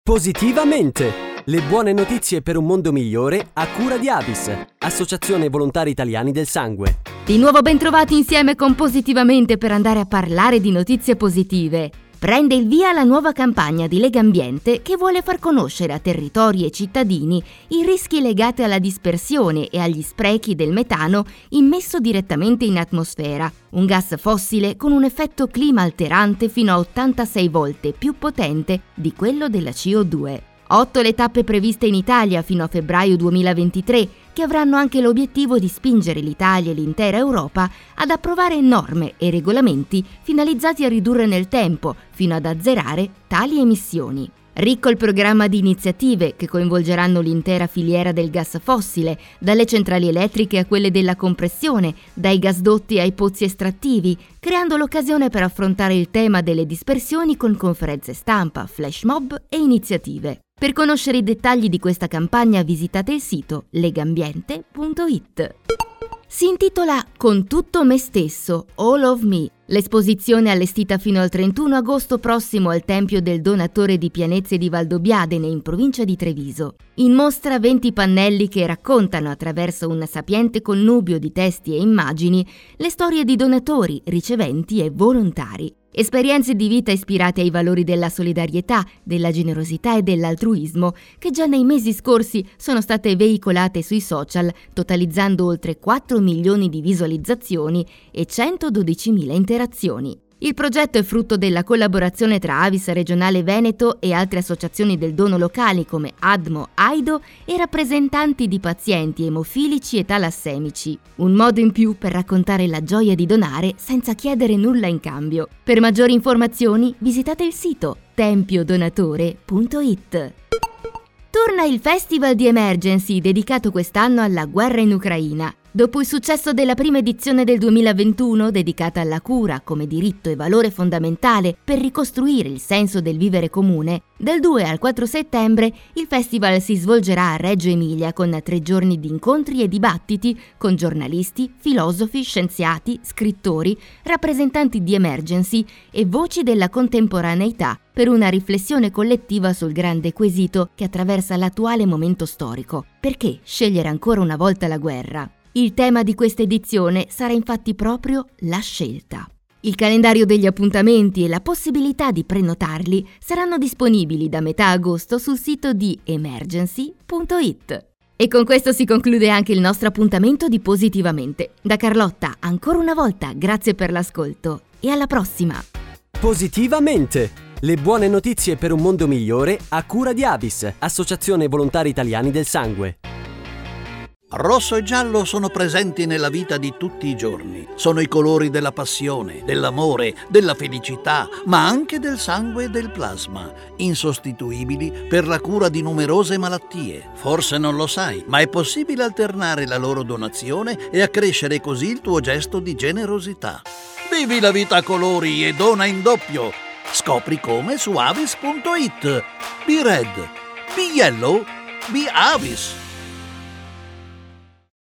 Positivamente! Le buone notizie per un mondo migliore a cura di Avis, Associazione Volontari Italiani del Sangue. Di nuovo ben trovati insieme con Positivamente per andare a parlare di notizie positive. Prende il via la nuova campagna di Legambiente che vuole far conoscere a territori e cittadini i rischi legati alla dispersione e agli sprechi del metano immesso direttamente in atmosfera, un gas fossile con un effetto clima alterante fino a 86 volte più potente di quello della CO2. 8 le tappe previste in Italia fino a febbraio 2023, che avranno anche l'obiettivo di spingere l'Italia e l'intera Europa ad approvare norme e regolamenti finalizzati a ridurre nel tempo, fino ad azzerare, tali emissioni. Ricco il programma di iniziative che coinvolgeranno l'intera filiera del gas fossile, dalle centrali elettriche a quelle della compressione, dai gasdotti ai pozzi estrattivi, creando l'occasione per affrontare il tema delle dispersioni con conferenze stampa, flash mob e iniziative. Per conoscere i dettagli di questa campagna visitate il sito legambiente.it. Si intitola Con tutto me stesso, All of Me. L'esposizione allestita fino al 31 agosto prossimo al Tempio del Donatore di Pianezze di Valdobbiadene in provincia di Treviso. In mostra 20 pannelli che raccontano attraverso un sapiente connubio di testi e immagini le storie di donatori, riceventi e volontari. Esperienze di vita ispirate ai valori della solidarietà, della generosità e dell'altruismo che già nei mesi scorsi sono state veicolate sui social, totalizzando oltre 4 milioni di visualizzazioni e 112.000 interazioni. Il progetto è frutto della collaborazione tra Avis Regionale Veneto e altre associazioni del dono locali come ADMO, AIDO e rappresentanti di pazienti emofilici e talassemici. Un modo in più per raccontare la gioia di donare senza chiedere nulla in cambio. Per maggiori informazioni visitate il sito tempiodonatore.it. Torna il Festival di Emergency dedicato quest'anno alla guerra in Ucraina. Dopo il successo della prima edizione del 2021, dedicata alla cura come diritto e valore fondamentale per ricostruire il senso del vivere comune, dal 2 al 4 settembre il festival si svolgerà a Reggio Emilia con 3 giorni di incontri e dibattiti con giornalisti, filosofi, scienziati, scrittori, rappresentanti di Emergency e voci della contemporaneità per una riflessione collettiva sul grande quesito che attraversa l'attuale momento storico. Perché scegliere ancora una volta la guerra? Il tema di questa edizione sarà infatti proprio la scelta. Il calendario degli appuntamenti e la possibilità di prenotarli saranno disponibili da metà agosto sul sito di emergency.it. E con questo si conclude anche il nostro appuntamento di Positivamente. Da Carlotta, ancora una volta, grazie per l'ascolto e alla prossima! Positivamente! Le buone notizie per un mondo migliore a cura di Avis, Associazione Volontari Italiani del Sangue. Rosso e giallo sono presenti nella vita di tutti i giorni. Sono i colori della passione, dell'amore, della felicità, ma anche del sangue e del plasma, insostituibili per la cura di numerose malattie. Forse non lo sai, ma è possibile alternare la loro donazione e accrescere così il tuo gesto di generosità. Vivi la vita a colori e dona in doppio. Scopri come su avis.it. Be red, be yellow, be Avis.